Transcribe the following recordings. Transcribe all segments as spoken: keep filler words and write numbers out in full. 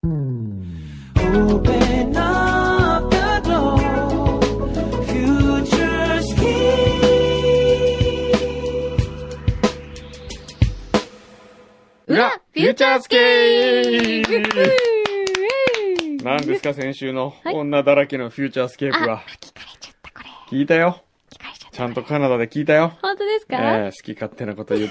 Open up the door, Future's Key. 裏フューチャースケープ何ですか先週の女だらけのフューチャースケープは。 聞かれちゃったこれ。 聞いたよ。 聞かれちゃった。 ちゃんとカナダで聞いたよ。 本当ですか？ えー、好き勝手なこと言って。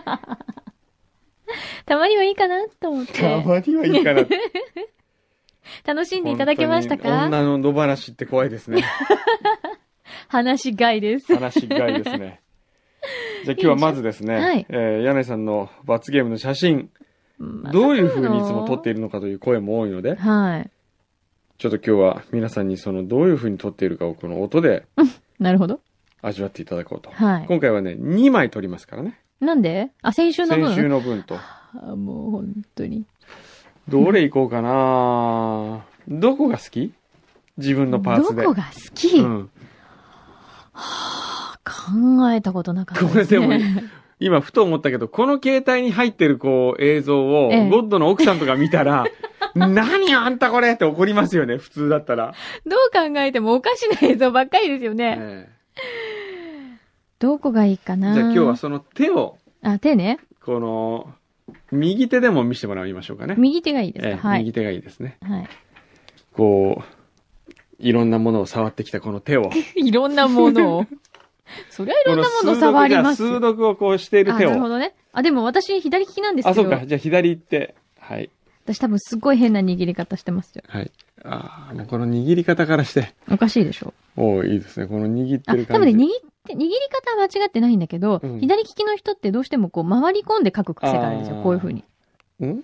たまにはいいかなと思って。 たまにはいいかな。 楽しんでいただけましたか？ 女の野放しって怖いですね。 話しがいです。 話しがいですね。じゃあ今日はまずですね、 はい、 えー、柳井さんの罰ゲームの写真、どういう風にいつも撮っているのかという声も多いので、 はい。 ちょっと今日は皆さんにそのどういう風に撮っているかをこの音で、 なるほど。 味わっていただこうと。 はい。 今回はね、にまい撮りますからね。 なんで？あ、先週の分？ 先週の分と。 あ、もう本当に。 どれ行こうかなどこが好き？自分のパーツで。 どこが好き？ うん。 はぁ、考えたことなかったですね。 これでも、今ふと思ったけど、この携帯に入ってるこう映像を、ええ、ゴッドの奥さんとか見たら、何あんたこれって怒りますよね、普通だったら。 どう考えてもおかしな映像ばっかりですよね。ええ、どこがいいかな。 じゃあ今日はその手を。 あ、手ね。 この、右手でも見せてもらいましょうかね。 右手がいいですか、ええ、はい。 右手がいいですね。 はい。 こう、いろんなものを触ってきたこの手を。 いろんなものを。そりゃいろんなものを触りますよ。 数読をこうしている手を。 なるほどね。あ、でも私左利きなんですけど。 あ、そうか。じゃあ左行って。はい。 私多分すっごい変な握り方してますよ。 はい。ああ、もうこの握り方からして。 おかしいでしょ。 おー、いいですね。この握ってる感じ。 あ、多分ね、握って、握り方は間違ってないんだけど、うん、左利きの人ってどうしてもこう回り込んで書く癖があるんですよ。こういう風に。 んん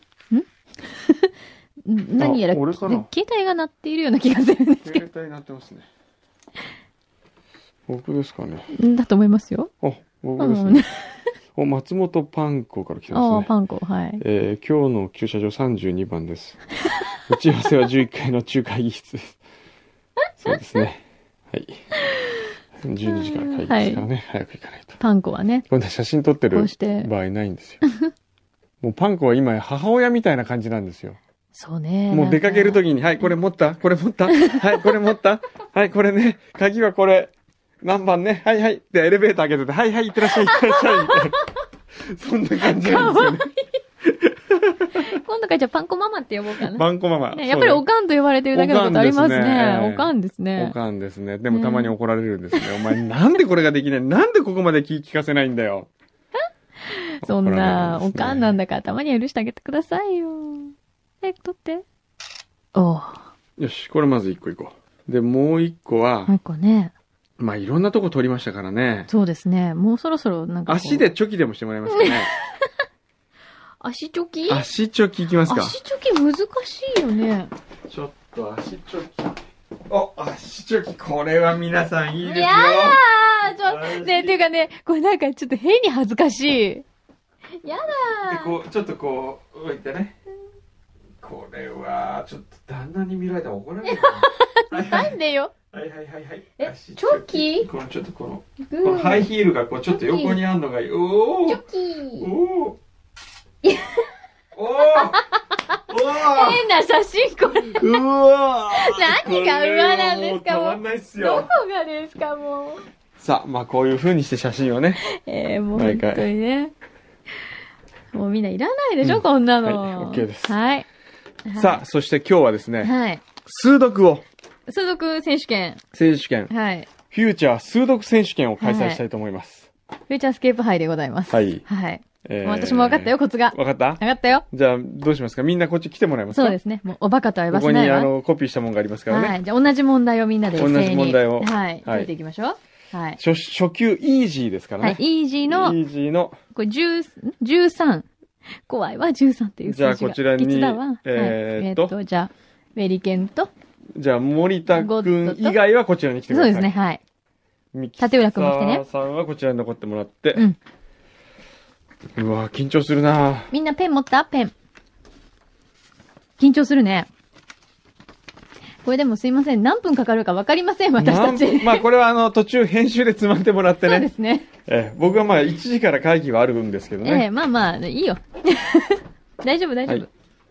何やら、 俺かな？ 携帯が鳴っているような気がするんですけど。 携帯鳴ってますね。僕ですかね。 だと思いますよ。 あ、僕ですね。お、松本パンコから来てますね。 ああ、パンコ、はい。 えー、今日の駐車場さんじゅうにばんです。打ち合わせはじゅういっかいの中会議室です。そうですね。はい。じゅうにじから会議ですからね。はい、早く行かないと。 パンコはね。 こんな写真撮ってる場合ないんですよ。もうパンコは今母親みたいな感じなんですよ。 そうね。 もう出かけるときに、はい、これ持ったこれ持ったはい、これ持ったはい、これね、鍵はこれ、何番ねはいはい。で、エレベーター開けてて、はいはい、いってらっしゃい、いってらっしゃい、みたいな。そんな感じなんですよね。 今度からじゃあパンコママって呼ぼうかな。 パンコママ。 ね、やっぱりおかんと呼ばれてるだけのことありますね。おかんですね。 おかんですね。でもたまに怒られるんですね。お前なんでこれができないなんでここまで聞かせないんだよ。 そんな、おかんなんだからたまには許してあげてくださいよ。早く取って。およし、これまず一個いこう。で、もう一個は、 もう一個ね。 まあ、いろんなとこ取りましたからね。 そうですね。もうそろそろなんか。 足でチョキでもしてもらえますかね。 足チョキ足チョキいきますか。 足チョキ難しいよね。 ちょっと足チョキ。お、足チョキ、これは皆さんいいですよ。 いやーちょっと、ね、っていうかね、これなんかちょっと変に恥ずかしい。やだー。で、こう、ちょっとこう、置いてね。これは、ちょっと旦那に見られたら怒られるな。なんでよ。 はいはいはいはい。 え、チョキこのちょっとこの、このハイヒールがこうちょっと横にあんのがいい。おーチョキおーおーおー変な写真これ。 うわー何が上なんですかもう。 たまんないっすよ。 どこがですかもう。 さあ、まあこういう風にして写真をね。 えー、もう本当にね。もうみんないらないでしょ、うん、こんなの。 はい、OK です。 はい。 さあ、そして今日はですね。 はい。 数読を。 数読選手権。 選手権。 はい。 フューチャー数読選手権を開催したいと思います。 はい、フューチャースケープ杯でございます。 はい。 はい。えー、私も分かったよ、コツが。 分かった分かったよ。 じゃあ、どうしますかみんなこっち来てもらえますか？ そうですね。もう、おバカとは言わせないわ。 ここに、あの、コピーしたものがありますからね。 はい。じゃあ、同じ問題をみんなで一斉に。 同じ問題を。 はい。解いていきましょう。はい。 初、初級イージーですからね。 はい。イージーの。 イージーの。 これ、十、十三。怖いわ、十三っていう数字が。 じゃあ、こちらに。 実だわ。 えーっと。 えーっと、じゃあ、メリケンと。 じゃあ、森田くん以外はこちらに来てください。 そうですね、はい。 ミキ立浦くんも来てね。 さんはこちらに残ってもらって。 うん。 うわ緊張するなみんなペン持ったペン。緊張するね。これでもすいません。何分かかるか分かりません、私たち。 まあこれはあの途中編集でつまんでもらってね。 そうですね。 ええ、僕はまあいちじから会議はあるんですけどね。 ええ、まあまあ、いいよ。大丈夫、大丈夫。はい、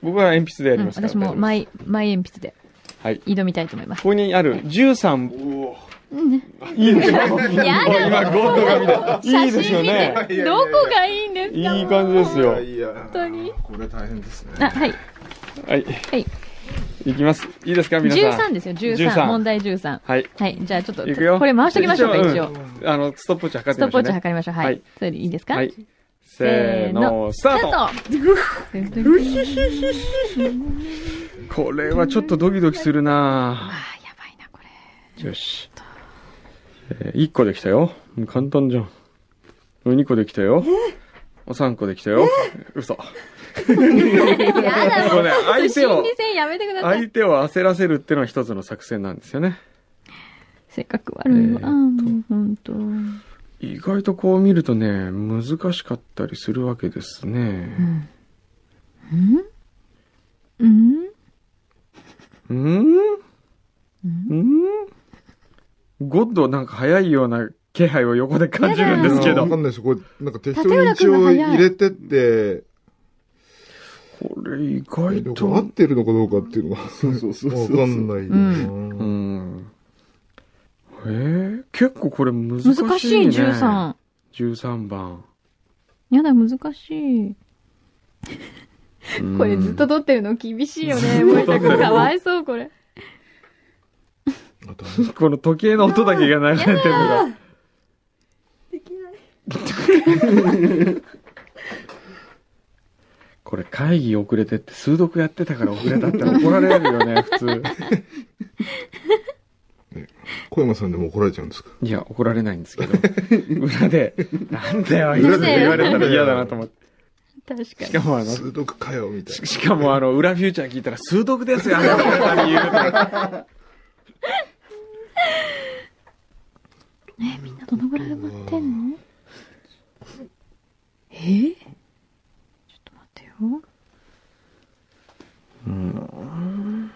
僕は鉛筆でやりうんますから。 私もマイ、マイ鉛筆ではい。 挑みたいと思います。 ここにあるじゅうさん、 うんいいでしょやだ今、ゴッドが見た。いいですよね。 写真見てどこがいいんですか？ いい感じですよ。 いや、 本当にこれ大変ですね。 あ、はい。 はい。 はい。 いきます。いいですか皆さん。 じゅうさんですよ、じゅうさん。 じゅうさん問題じゅうさん。 はい。 はい。じゃあちょっと、 いくよ。 これ回しておきましょうか、一応。 うんあの、ストップウォッチ測ってストップウォッチみましょうね。 測りましょう。ははいい。 それでいいですか？ はい。せーの、スタートトこれはちょっとドキドキするなあー、やばいな、これ。 よし。えー、いっこできたよ。簡単じゃん。にこできたよ。さんこできたよ。嘘。 やだ、もう。 これね、相手を心、理戦やめてください。 相手を焦らせるっていうのは一つの作戦なんですよね。 せっかく悪いわ。 えーあーもうほんと。 意外とこう見るとね、難しかったりするわけですね。 うん。うんうんうんうんゴッドなんか早いような気配を横で感じるんですけど。 わかんないです。これ、なんか適当立浦に一応君が早い入れてって、 これ意え外でもこれ合っと。 てるのかどうかっていうのが、そうそうそうわかんないよな。 うん。えー、結構これ難しい、ね。 難しい、じゅうさん。 じゅうさんばん。 やだ、難しい。 うんこれずっと撮ってるの厳しいよね。森田くんかわいそう、これ。 あとこの時計の音だけが流れてるのが。 できない。 これ会議遅れてって数読やってたから遅れたって怒られるよね、普通。 小山さんでも怒られちゃうんですか？ いや、怒られないんですけど。裏で、なんだよ、裏で言われたら嫌だなと思って。 確かに。 しかもあの、 数読かよ、みたいな。 しかもあの、裏フューチャー聞いたら数読ですよ、あの方に言うと。 え、みんなどのぐらい埋まってんの？えー、ちょっと待ってよ。 うん。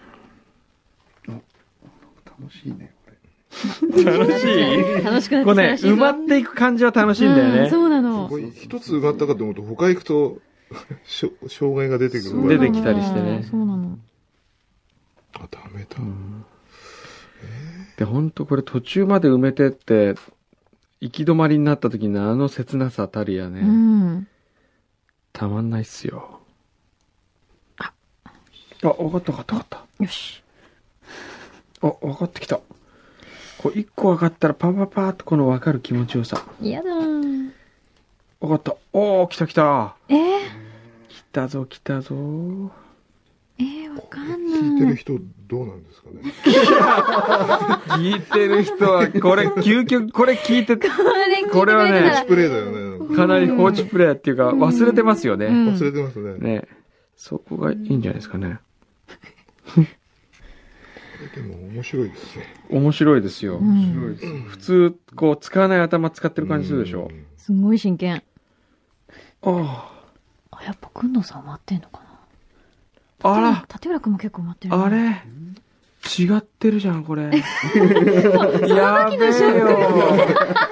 楽しいね、こ楽しい楽しくなってこれね、 きたらしいぞ埋まっていく感じは楽しいんだようんね。 そうなれ。 のこ。れ一つ埋まったかと思うと、他行くと、しょ障害が出てくる。 出てきたりしてねそうなの。 あ、ダメだ。 で、ほんとこれ途中まで埋めてって、行き止まりになった時のあの切なさたるやね、 うん。 たまんないっすよ。あ、あ、わかったわかったわかっよし。 た。あ、わかってきた。こう一個わかったらパパパーっとこのわかる気持ちよさ。 やだー。 わかった。おー、来た来た。 えー、 来たぞ来たぞ。 えー、わかんない。 聞いてる人、どうなんですかね。 聞いてる人は、これ、究極、これ聞いてて、 これ聞いてくれてたらこれはねプレイだよね。 かなり放置プレイヤーっていうか、忘れてますよね。 うん忘れてますね。 ね。そこがいいんじゃないですかね。 でも面白いですね。 面白いですよ。 うん面白いですね。 普通、こう、使わない頭使ってる感じするでしょ。 すごい真剣。 ああ、やっぱくんのさん埋まってんのかあ。あな。 ら、 立浦くんも結構埋まってるね。 あれ違ってるじゃん、これ。やべえよ。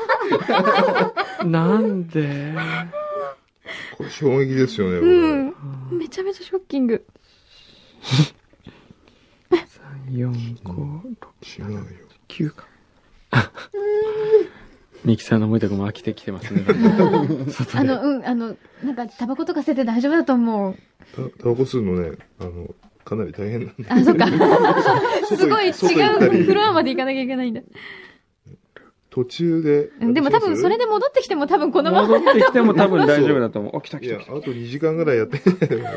なんでこれ衝撃ですよね、こうれ。 ん。めちゃめちゃショッキング。 さん、よん、ご、ろく、 違うよ。 きゅうか。ミキさんの森田君も飽きてきてますね。 あの、うん、あの、なんか、タバコとか捨てて大丈夫だと思う。 たタバコ吸うのね、あの、かなり大変なんで。 あ、そっか。すごい違外行ったりうフロアまで行かなきゃいけないんだ。 途中で。 うんでも多分それで戻ってきても多分このまま。 戻ってきても多分大丈夫だと思う。あ、来たいや、 来た来た。 あとにじかんぐらいやってんじゃないのこ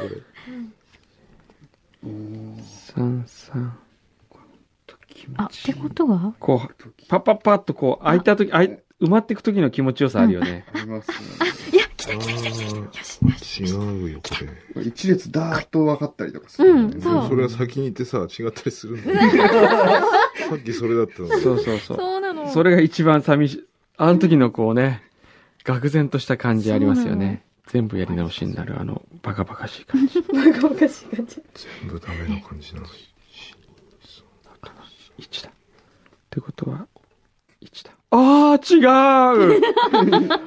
三、三。気持あ、っちいいてことはこう、パッパッパッとこう、開いたとき、あい埋まっていくときの気持ちよさあるよね。 ありますね。 いや、来たれ。 来た来た来た。 あよし。 ー違うよ、これ。 一列ダーッと分かったりとかするんだよね。 うんそうそれが先に行ってさ、違ったりするんだよ。さっきそれだったのに。 そうそうそう。 そうなの。 それが一番寂しい。あの時のこうね、愕然とした感じありますよね。全部やり直しになる、あの、バカバカしい感じ。 なんかおかしい感じ。 全部ダメな感じなの。 いちだ。ってことは、いちだ。あー、違う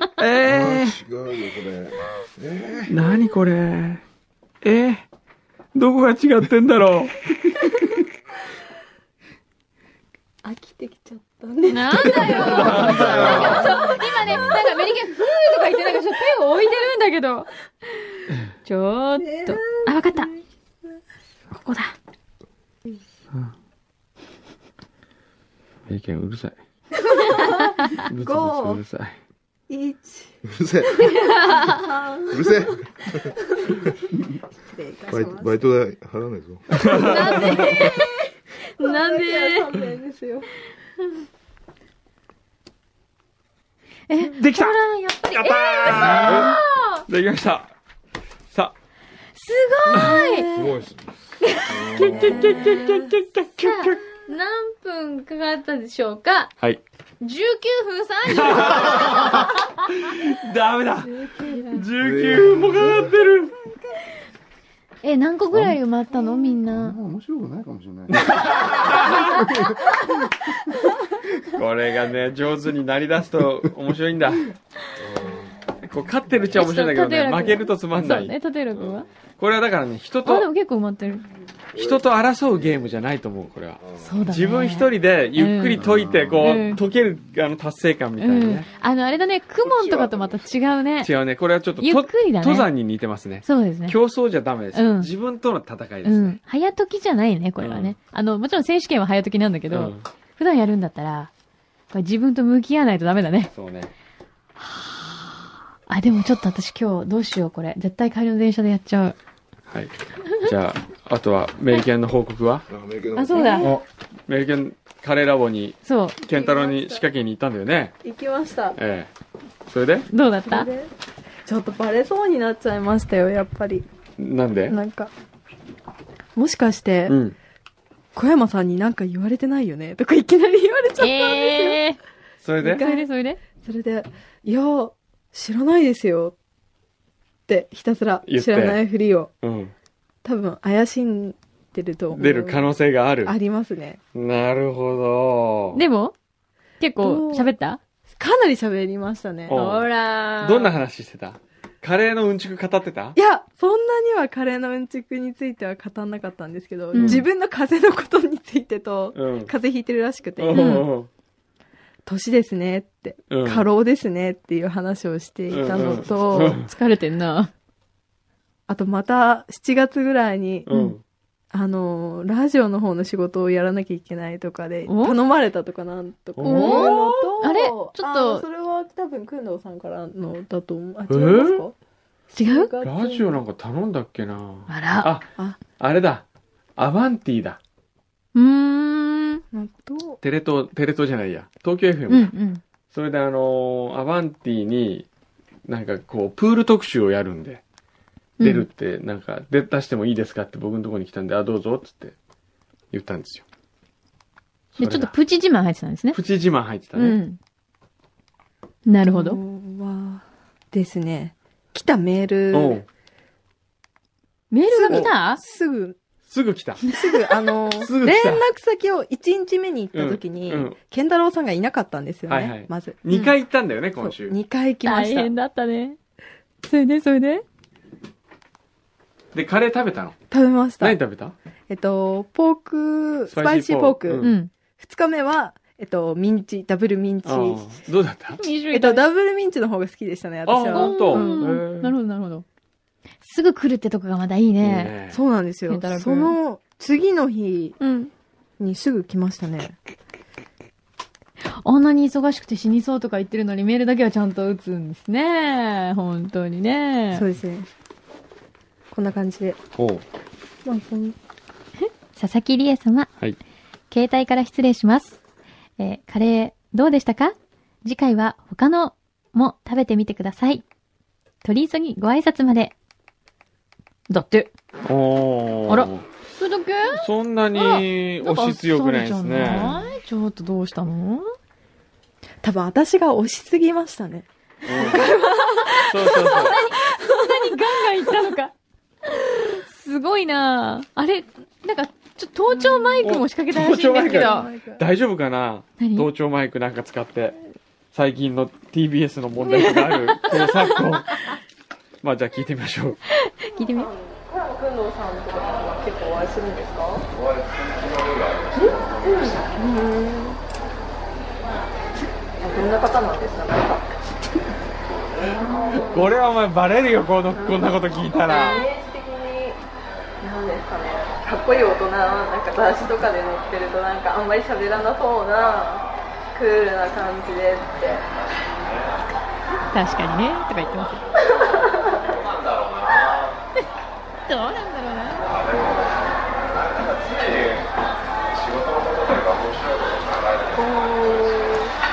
えあー違うよ、これ。えー、なにこれえー、 どこが違ってんだろう。 飽きてきちゃったね。 なんだよ。そう今ね、なんかメリケン、ふーとか言ってなんかちょっと手を置いてるんだけど。ちょーっと。あ、わかった。ここだ。 メリケンうるさい。ブツブツうるさい。 いち、 うるせえ。うるせえ。 失礼いたバイします。 バイト代払わないぞ。 なんでなんでさんめんですよ。 え、 できたほら、やっぱり。 やったーできましたさあすごいすごいっす。 何分かかったでしょうかはいじゅうきゅうふんさんじゅうダメだじゅうきゅうふんもかかってるえ、何個ぐらい埋まったのみんな。 面白くないかもしれない。 これがね上手になりだすと面白いんだこう勝ってるっちゃ面白いんだけどね負けるとつまんないそうね、立浦君はこれはだからね人あ、でとも結構埋まってる。 人と争うゲームじゃないと思うこれはそうだね。 自分一人でゆっくり解いてこう、 うん解けるあの達成感みたいなうんね、。 あの、あれだね、クモンとかとまた違うね。 違うねこれはちょっととゆっくりだね登山に似てますねそうですね。 競争じゃダメですよ、 うん自分との戦いですねうん。早解きじゃないね、これはね。あの、もちろん選手権は早解きなんだけど、 うん普段やるんだったら、これ自分と向き合わないとダメだね。 そうねあ、でもちょっと私今日どうしよう、これ。絶対帰りの電車でやっちゃう。 はいじゃああとはメリケンの報告はアメリカのあ、そうだ。 メリケンカレーラボにそう。 ケンタロウに仕掛けに行ったんだよね行きました。 ええそれでどうだったでちょっとバレそうになっちゃいましたよ、やっぱり。 なんでなんか、もしかして、 うん小山さんになんか言われてないよねとかいきなり言われちゃったんですよ。 えー。 それでそれでそれでそれで、いや、知らないですよ。って、ひたすら言って知らないふりを。 うん多分、怪しんでると思う。 出る可能性があるありますね。 なるほどでも結構喋ったかなり喋りましたね。 おほらー。 どんな話してたカレーのうんちく語ってたいや、そんなにはカレーのうんちくについては語んなかったんですけど、 うん自分の風邪のことについてと、 うん風邪ひいてるらしくて、 お年ですねって、 うん過労ですねっていう話をしていたのと、 うんうん疲れてんな。 あとまたしちがつぐらいに、 うんあのー、ラジオの方の仕事をやらなきゃいけないとかで、 お頼まれたとかなんとかいうおのと、 あれちょっとあそれは多分、くんどうさんからのだと思う。あ、違いますか違うラジオなんか頼んだっけなあら。 ああ、 あれだアバンティだうーん。 のと、 テレ東テレ東じゃないや東京 エフエムうんうん。 それであのーアバンティになんかこうプール特集をやるんで出るってなんかで出してもいいですかって僕のところに来たんであどうぞっつって言ったんですよで、ちょっとプチ自慢入ってたんですね。 プチ自慢入ってたね、 うん。なるほど。 はですね、来たメーおうル、 メールが来たすぐ、 すぐ来たすぐ、あの、 すぐ連来た絡先をいちにちめに行った時に、 うんうん健太郎さんがいなかったんですよね、 はいはいまず。 にかい行ったんだよね、 そう今週にかい来ました。 大変だったね。それで、それででカレー食べたの食べました。 何食べたえっと、ポーク、ススパパイイシーポークシーポーク。 ううん。 二日目は、えっと、ミンチ、ダブルミンチ。 あーどうだったえっと、ダブルミンチの方が好きでしたね、 あ私は。 本当、 うんへーなるほど、なるほど。すぐ来るってとこがまたいいいいね。 ねそうなんですよ健太郎。君その、次の日うん。 にすぐ来ましたね。 あんなに忙しくて死にそうとか言ってるのにメールだけはちゃんと打つんですね。本当にね。 そうですね。こんな感じで。 おうまあ、そん佐々木理恵様。 はい携帯から失礼します。えーカレー、どうでしたか？次回は他のも食べてみてください。取り急ぎご挨拶まで。だって。 おーあらそれだけそんなに押し強くないですなんかあっさりじゃねないちょっとどうしたの多分私が押しすぎましたね。 そうそうそうそんなにガンガンいったのか。すごいなぁ。あれ、なんか、ちょっと盗聴マイクも仕掛けたらしいんですけど。 大丈夫かな何盗聴マイクなんか使って最近の ティービーエス の問題があるこの昨今まあじゃあ聞いてみましょう聞いてみよう。 小山くんどうさんとか結構お会いするんですか？ お会い昨日夜会いました。 うん。どんな方なんですか？なんか。 これはお前バレるよ、このこんなこと聞いたら。 イメージ的に何ですかね。かっこいい大人なんか雑誌とかで載ってるとなんかあんまり喋らなそうなクールな感じでって。 確かにね、とか言ってますよ。 どうなんだろうな。 どうなんだろうな。 あでもなんか常に仕事のことというか面白いことを考えてる。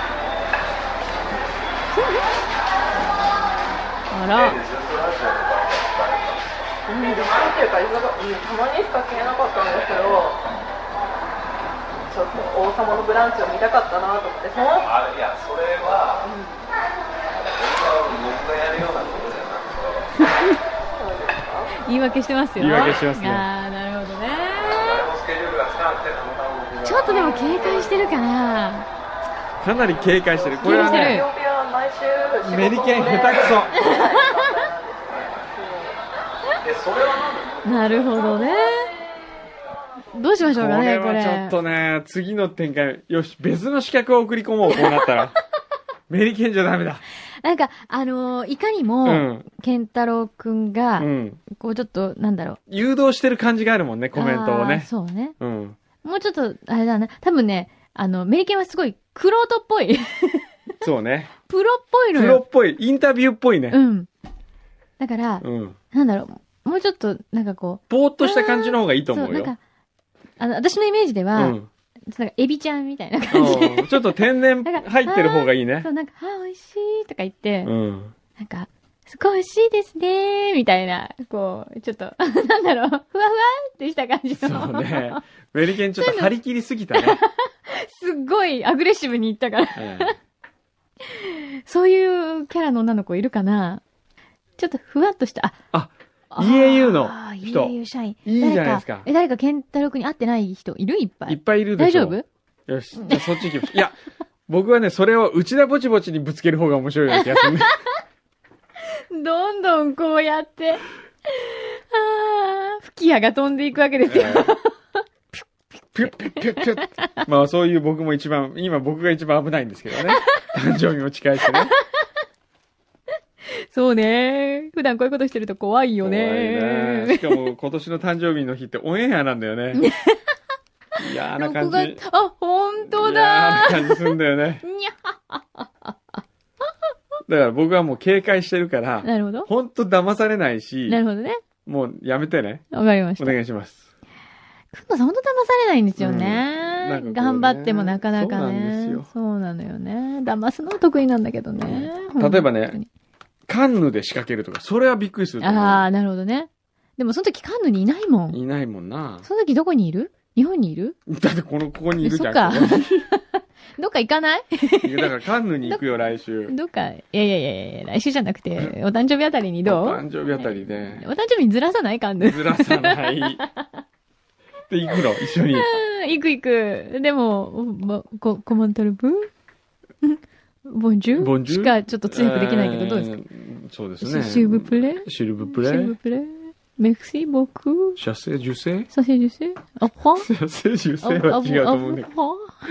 あら。 ずっとラジオとかやったりとか。 うん、でもなんていうか、うんたまにしか聞けなかったんですけど、ちょっと王様のブランチを見たかったなと思って、そのあれいやそれは、うん、僕がやるようなことじゃなくてそうですか？ 言い訳してますよ。 言い訳してますね。 ああ、なるほどね。 誰もスケジュールがつかなくてたまたま僕がちょっとでも警戒してるかな。 かなり警戒してる。これはね、 曜日は毎週仕事メリケン下手くそ。 えそれはなるほどね。どうしましょうかね、これ。 これはちょっとね、次の展開、よし、別の資格を送り込もう、こうなったら。メリケンじゃダメだ。 なんか、あのー、いかにうも、 ん。 健太郎くんが、 うん。 こうちょっと、なんだろう。 誘導してる感じがあるもんね、コメントをあーね。 そうね。 うん。 もうちょっと、あれだな。多分ね、あの、メリケンはすごい、クロートっぽい。 そうね。 プロっぽいのプロよ。 っぽい、インタビューっぽいねう。ん。だから、 うん。 なんだろう。もうちょっと、なんかこう。 ぼーっとした感じの方がいいと思うよ。 そう、なんか、あの、私のイメージでは、 うん。 なんかエビちゃんみたいな感じで。 うんちょっと天然入ってる方がいいねそ。う、なんか、あー、美味しいとか言って、 うん。 なんか、すごい美味しいですねーみたいな、こう、ちょっと、なんだろう、ふわふわってした感じの。 そうね。メリケンちょっと張り切りすぎたね。 すっごいアグレッシブに言ったから。 うんそういうキャラの女の子いるかな？ちょっとふわっとした、あ、 あ、イーエーユー のあー人イーエーユー 社員。 いいじゃないですか誰え、誰かケンタロウ君に会ってない人いるいっぱい。 いっぱいいるでしょ。 大丈夫？ よし。じゃあそっち行きましょう。いや、僕はね、それを内田ぼちぼちにぶつける方が面白いような気がするね。 どんどんこうやって、あー、吹き矢が飛んでいくわけですよ。 ピュッピュッピュッピュッ。まあそういう僕も一番、今僕が一番危ないんですけどね。誕生日も近いしね。 そうね。普段こういうことしてると怖いよ怖いね。 ね。しかも今年の誕生日の日ってオンエアなんだよね。嫌な感じ。 録画あ、ほんと嫌なだ感じするんだよね。 にゃだから僕はもう警戒してるから、 なるほど。 ほんと騙されないし、 なるほどね。 もうやめてね。 わかりました。 お願いします。 くんのさんほんと騙されないんですようんなね。 んかこうね頑張ってもなかなかそうなんですねよ。 そうなのよね。騙すのは得意なんだけどね。 例えばね本当にカンヌで仕掛けるとか、それはびっくりすると思う。 ああ、なるほどね。でもその時カンヌにいないもん。 いないもんな。 その時どこにいる？日本にいる？ だってこの、ここにいるじゃん。 そっかここにどっか行かない？ いやだからカンヌに行くよ、来週。 どっか、いやいやいやいや来週じゃなくて、お誕生日あたりにどう？ お誕生日あたりでお、誕生日にずらさないカンヌ。 ずらさない。で、行くの一緒に。 うん行く行く。でも、ま、こ、コマンタルブボンジュボンジュしかちょっと通訳できないけど、どうですか？ かそうですね。 シルブプレシルブプシルレブプレメクシーボクシャセジュセサセジュセアポシャセジュセは違うと思うんだけ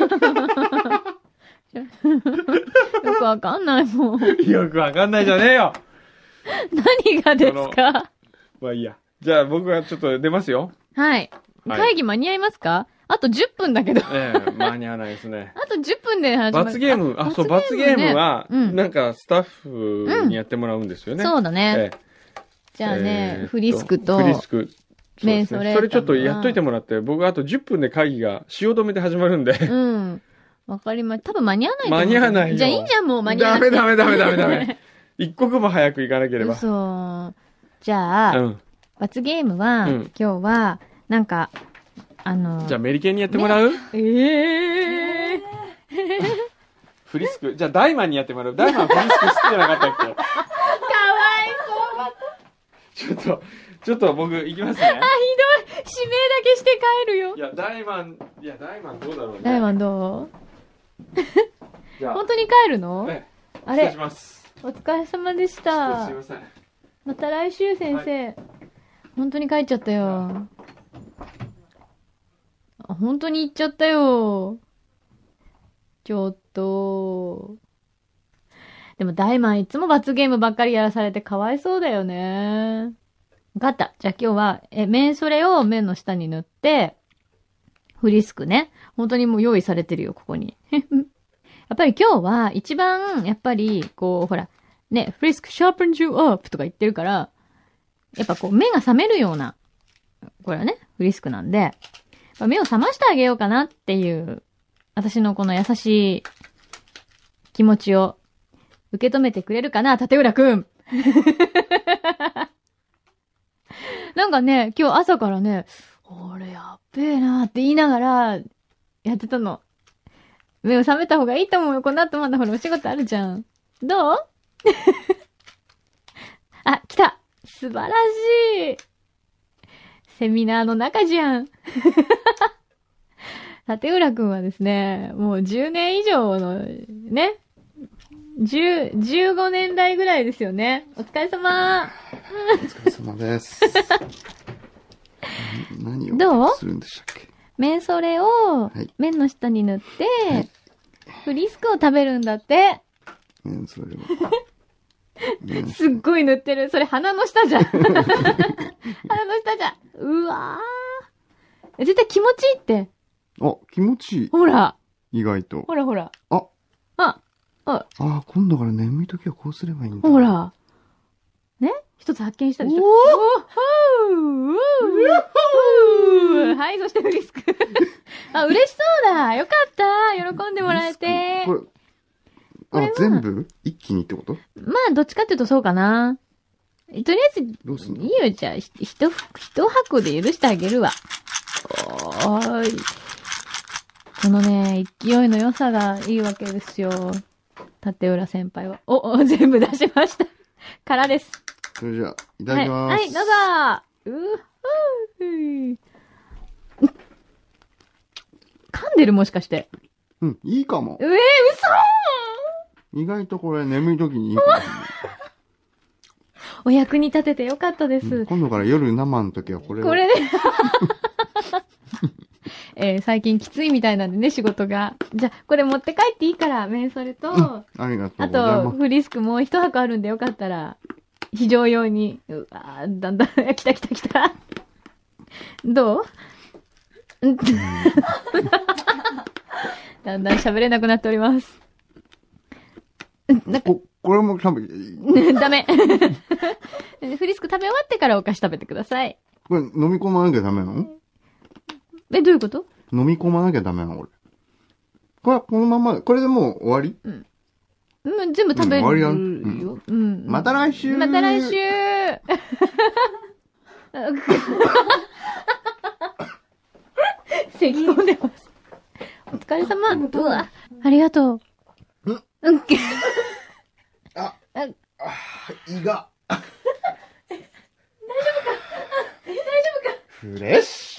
ど。よくわかんないもん。 ど。よくわかんないじゃねえよ。 何がですか？ まあいいや。じゃあ僕はちょっと出ますよ。 はい。 はい会議間に合いますか？あとじゅっぷんだけど。 ええ、間に合わないですね。 あとじゅっぷんで始まる。 罰ゲーム、あ、そう、罰ゲームは、 うんなんかスタッフにやってもらうんですよね。 そうだね。 ええじゃあえーね、 っとフリスクと、 フリスク。そうですねメンソレータムそれちょっとやっといてもらって、僕あとじゅっぷんで会議が汐留で始まるんで。 うん。わかりま、多分間に合わないと思う。 間に合わないよじゃあいいじゃん、もう間に合わダない。 メダメダメダメダメ。一刻も早く行かなければ。 嘘。じゃあ、 うん。 罰ゲームは、 うん今日は、なんか、あの、 じゃあメリケンにやってもらう、 ええフリスク。じゃあダイマンにやってもらう。ダイマンフリスク好きじゃなかったっかわいそう。 けちょっと、ちょっと僕行きますね。 あ、ひどい。指名だけして帰るよい。や、ダイマン、いや、ダイマンどうだろうね。 ダイマンどうじゃあ、 本当に帰るの？ ね、 あれ失礼し、ます。 お疲れ様でしちょっとたすい。ません。 また来週先生。本当に帰っちゃったよ。 本当に言っちゃったよ。ちょっと。でも大マンいつも罰ゲームばっかりやらされてかわいそうだよね。わかった。じゃあ今日は、え、メンソレを目の下に塗って、フリスクね。本当にもう用意されてるよ、ここに。やっぱり今日は一番、やっぱり、こう、ほら、ね、フリスクシャープンジューアップとか言ってるから、やっぱこう目が覚めるような、これはね、フリスクなんで、目を覚ましてあげようかなっていう、私のこの優しい気持ちを受け止めてくれるかな、立浦くん。なんかね、今日朝からね、俺やっべえなーって言いながらやってたの。目を覚めた方がいいと思うよ。この後まだほらお仕事あるじゃん。どうあ、来た。素晴らしい。セミナーの中じゃん。立浦くんはですね、もうじゅうねん以上の、ね、じゅう、じゅうごねん代ぐらいですよね。お疲れ様。 お疲れ様です。何どうをするんでしたっけ？ メンソレを麺の下に塗って、はい、フリスクを食べるんだって。 メンソレを。 すっごい塗ってる。それ鼻の下じゃん。鼻の下じゃん。うわー。絶対気持ちいいって。 あ、気持ちいい。 ほら。 意外と。 ほらほら。 あ。 あ。あ。 あ、今度から眠い時はこうすればいいんだ。 ほら。ね？一つ発見したでしょ。おーおーはい、そしてフリスク。あ、嬉しそうだ。よかった。喜んでもらえて。 これ、あ、全部一気にってこと？ まあ、どっちかっていうとそうかな。とりあえず、 どうすんの？ いいよ、じゃあ、ひ、ひと、一箱で許してあげるわ。おーい。このね、勢いの良さがいいわけですよ。立浦先輩は。お、お、全部出しました。空です。 それじゃあ、いただきます。 はい、はい、どうぞうー噛んでるもしかして。 うん、いいかも。 えー、嘘意外とこれ眠い時にいいかもしれない。 お役に立ててよかったです。 うん、今度から夜生の時はこれを。 これで、えー、最近きついみたいなんでね、仕事が。じゃあ、これ持って帰っていいから、メンソレと、うん、 ありがとうございます。 あと、フリスクもう一箱あるんでよかったら、非常用に。うわー、だんだん、来た来た来た。どうだんだん喋れなくなっております。 なんかこ、これも食べていい？ ダメ。フリスク食べ終わってからお菓子食べてください。 これ飲み込まなきゃダメなの？ え、どういうこと？ 飲み込まなきゃダメなの俺。これ、このまま、これでもう終わり？ うん。うん、全部食べるよ。 終わりやん。 うん。うん。 また来週。 また来週。咳込んでます。お疲れ様。うわ、ありがとう。 うん。 うん。 あ、あ、胃が。 大丈夫か？大丈夫か？ フレッシュ